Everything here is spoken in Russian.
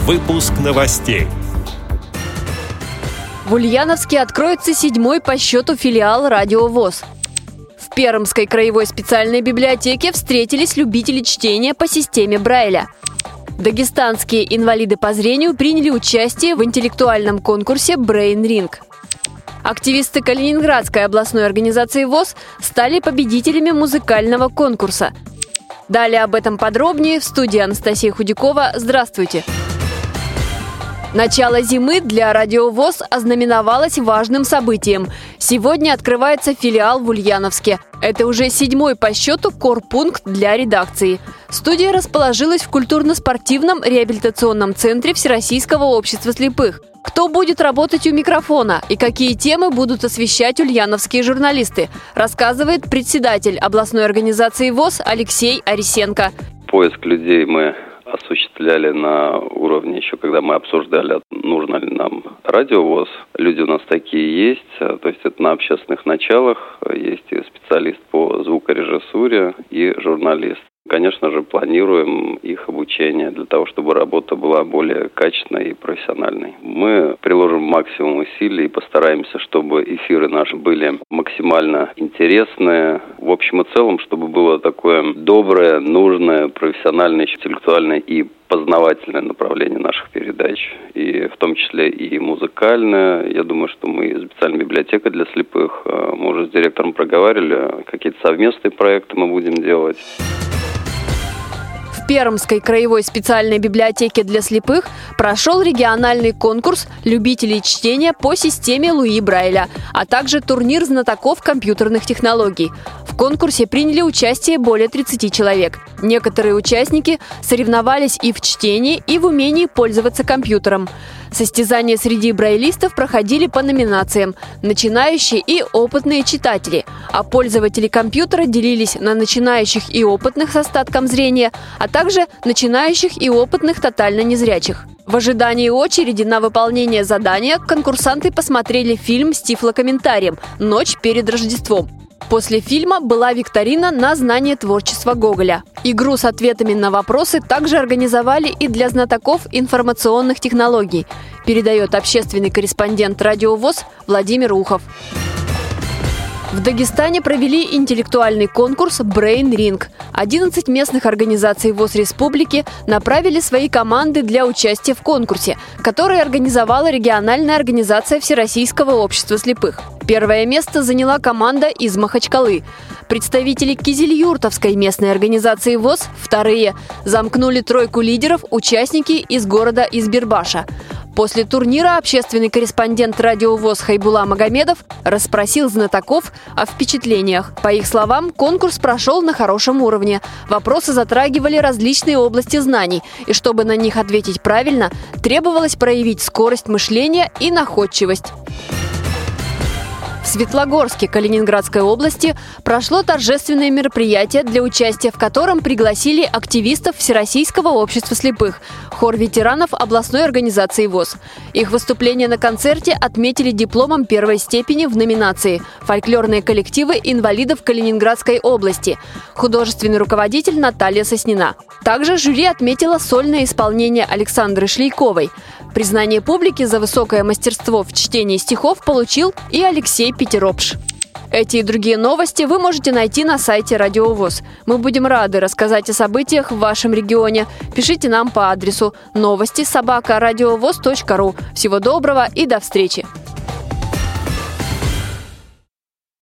Выпуск новостей. В Ульяновске откроется 7-й по счету филиал «Радио ВОС». В Пермской краевой специальной библиотеке встретились любители чтения по системе Брайля. Дагестанские инвалиды по зрению приняли участие в интеллектуальном конкурсе Brain Ring. Активисты Калининградской областной организации ВОС стали победителями музыкального конкурса. Далее об этом подробнее в студии Анастасия Худякова. Здравствуйте! Начало зимы для Радио ВОС ознаменовалось важным событием. Сегодня открывается филиал в Ульяновске. Это уже 7-й по счету корпункт для редакции. Студия расположилась в культурно-спортивном реабилитационном центре Всероссийского общества слепых. Кто будет работать у микрофона и какие темы будут освещать ульяновские журналисты, рассказывает председатель областной организации ВОС Алексей Арисенко. Поиск людей мы осуществляли на уровне еще, когда мы обсуждали, нужно ли нам радио ВОС. Люди у нас такие есть, то есть это на общественных началах, есть и специалист по звукорежиссуре, и журналист. Конечно же, планируем их обучение для того, чтобы работа была более качественной и профессиональной. Мы приложим максимум усилий и постараемся, чтобы эфиры наши были максимально интересные. В общем и целом, чтобы было такое доброе, нужное, профессиональное, интеллектуальное и познавательное направление наших передач, и в том числе и музыкальное. Я думаю, что мы специальная библиотека для слепых. Мы уже с директором проговаривали, какие-то совместные проекты мы будем делать. В Пермской краевой специальной библиотеке для слепых прошел региональный конкурс любителей чтения по системе Луи Брайля, а также турнир знатоков компьютерных технологий. В конкурсе приняли участие более 30 человек. Некоторые участники соревновались и в чтении, и в умении пользоваться компьютером. Состязания среди брайлистов проходили по номинациям «Начинающие» и «Опытные читатели», а пользователи компьютера делились на начинающих и опытных с остатком зрения, а также начинающих и опытных тотально незрячих. В ожидании очереди на выполнение задания конкурсанты посмотрели фильм с тифлокомментарием «Ночь перед Рождеством». После фильма была викторина на знание творчества Гоголя. Игру с ответами на вопросы также организовали и для знатоков информационных технологий, передает общественный корреспондент Радио ВОС Владимир Ухов. В Дагестане провели интеллектуальный конкурс Brain Ring. 11 местных организаций ВОС республики направили свои команды для участия в конкурсе, который организовала региональная организация Всероссийского общества слепых. Первое место заняла команда из Махачкалы. Представители Кизилюртовской местной организации ВОС, вторые, замкнули тройку лидеров участники из города Избербаша. После турнира общественный корреспондент Радио ВОС Хайбула Магомедов расспросил знатоков о впечатлениях. По их словам, конкурс прошел на хорошем уровне. Вопросы затрагивали различные области знаний, и чтобы на них ответить правильно, требовалось проявить скорость мышления и находчивость. В Светлогорске Калининградской области прошло торжественное мероприятие, для участия в котором пригласили активистов Всероссийского общества слепых, хор ветеранов областной организации ВОС. Их выступление на концерте отметили дипломом первой степени в номинации «Фольклорные коллективы инвалидов Калининградской области», художественный руководитель Наталья Соснина. Также жюри отметило сольное исполнение Александры Шлейковой. Признание публики за высокое мастерство в чтении стихов получил и Алексей Петеропш. Эти и другие новости вы можете найти на сайте Радио ВОС. Мы будем рады рассказать о событиях в вашем регионе. Пишите нам по адресу новости@радиовос.ру. Всего доброго и до встречи!